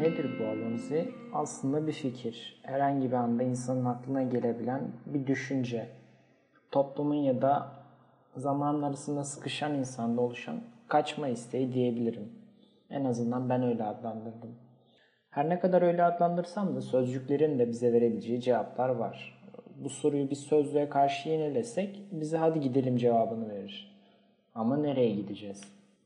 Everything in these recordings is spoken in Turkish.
Nedir bu alonzi? Aslında bir fikir. Herhangi bir anda insanın aklına gelebilen bir düşünce. Toplumun ya da zamanın arasında sıkışan insanda oluşan kaçma isteği diyebilirim. En azından ben öyle adlandırdım. Her ne kadar öyle adlandırsam da sözcüklerin de bize verebileceği cevaplar var. Bu soruyu bir sözlüğe karşı yenilesek bize hadi gidelim cevabını verir. Ama nereye gideceğiz?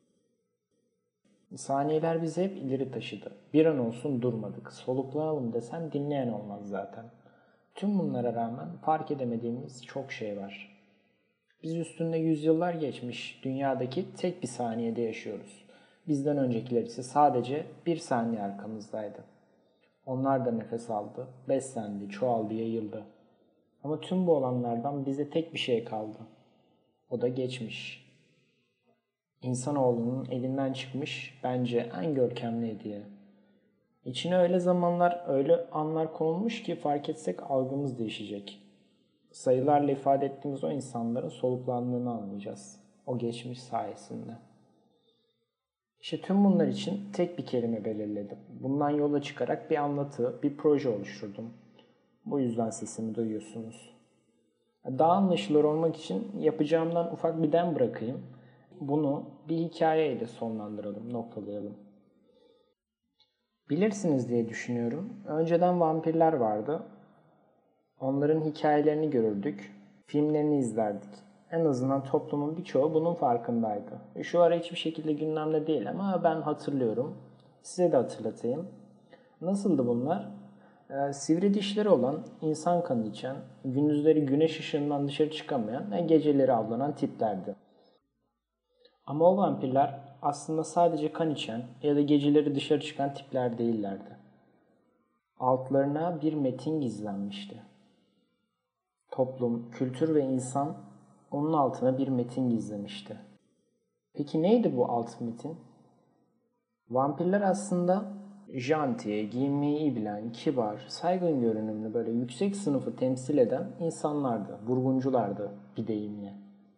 Saniyeler bizi hep ileri taşıdı. Bir an olsun durmadık. Soluklanalım desem dinleyen olmaz zaten. Tüm bunlara rağmen fark edemediğimiz çok şey var. Biz üstünde yüzyıllar geçmiş dünyadaki tek bir saniyede yaşıyoruz. Bizden öncekiler ise sadece bir saniye arkamızdaydı. Onlar da nefes aldı, beslendi, çoğaldı, yayıldı. Ama tüm bu olanlardan bize tek bir şey kaldı. O da geçmiş. İnsanoğlunun elinden çıkmış bence en görkemli hediye. İçine öyle zamanlar, öyle anlar konulmuş ki fark etsek algımız değişecek. Sayılarla ifade ettiğimiz o insanların soluklandığını anlayacağız. O geçmiş sayesinde. İşte tüm bunlar için tek bir kelime belirledim. Bundan yola çıkarak bir anlatı, bir proje oluşturdum. Bu yüzden sesimi duyuyorsunuz. Daha anlaşılır olmak için yapacağımdan ufak bir dem bırakayım. Bunu bir hikayeyle sonlandıralım, noktalayalım. Bilirsiniz diye düşünüyorum. Önceden vampirler vardı. Onların hikayelerini görürdük, filmlerini izlerdik. En azından toplumun birçoğu bunun farkındaydı. Şu ara hiçbir şekilde gündemde değil ama ben hatırlıyorum. Size de hatırlatayım. Nasıldı bunlar? Sivri dişleri olan, insan kanı içen, gündüzleri güneş ışığından dışarı çıkamayan ve geceleri avlanan tiplerdi. Ama o vampirler aslında sadece kan içen ya da geceleri dışarı çıkan tipler değillerdi. Altlarına bir metin gizlenmişti. Toplum, kültür ve insan onun altına bir metin gizlemişti. Peki neydi bu alt metin? Vampirler aslında jantiye, giyinmeyi iyi bilen, kibar, saygın görünümlü böyle yüksek sınıfı temsil eden insanlardı, vurgunculardı bir deyimle.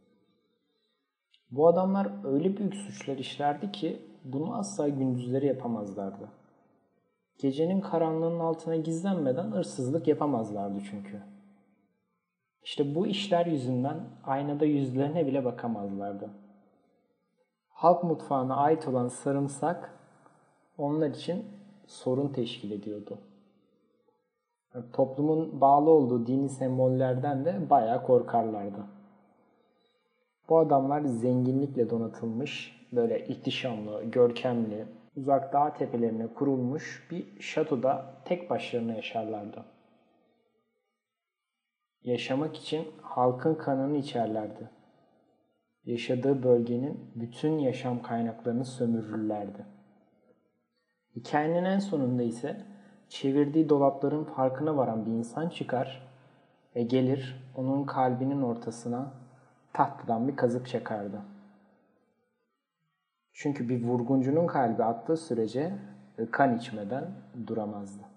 Bu adamlar öyle büyük suçlar işlerdi ki bunu asla gündüzleri yapamazlardı. Gecenin karanlığının altına gizlenmeden hırsızlık yapamazlardı çünkü. İşte bu işler yüzünden aynada yüzlerine bile bakamazlardı. Halk mutfağına ait olan sarımsak onlar için sorun teşkil ediyordu. Toplumun bağlı olduğu dini sembollerden de bayağı korkarlardı. Bu adamlar zenginlikle donatılmış, böyle ihtişamlı, görkemli, uzak dağ tepelerine kurulmuş bir şatoda tek başlarına yaşarlardı. Yaşamak için halkın kanını içerlerdi. Yaşadığı bölgenin bütün yaşam kaynaklarını sömürürlerdi. Hikayenin en sonunda ise çevirdiği dolapların farkına varan bir insan çıkar ve gelir onun kalbinin ortasına tahtadan bir kazık çakardı. Çünkü bir vurguncunun kalbi attığı sürece kan içmeden duramazdı.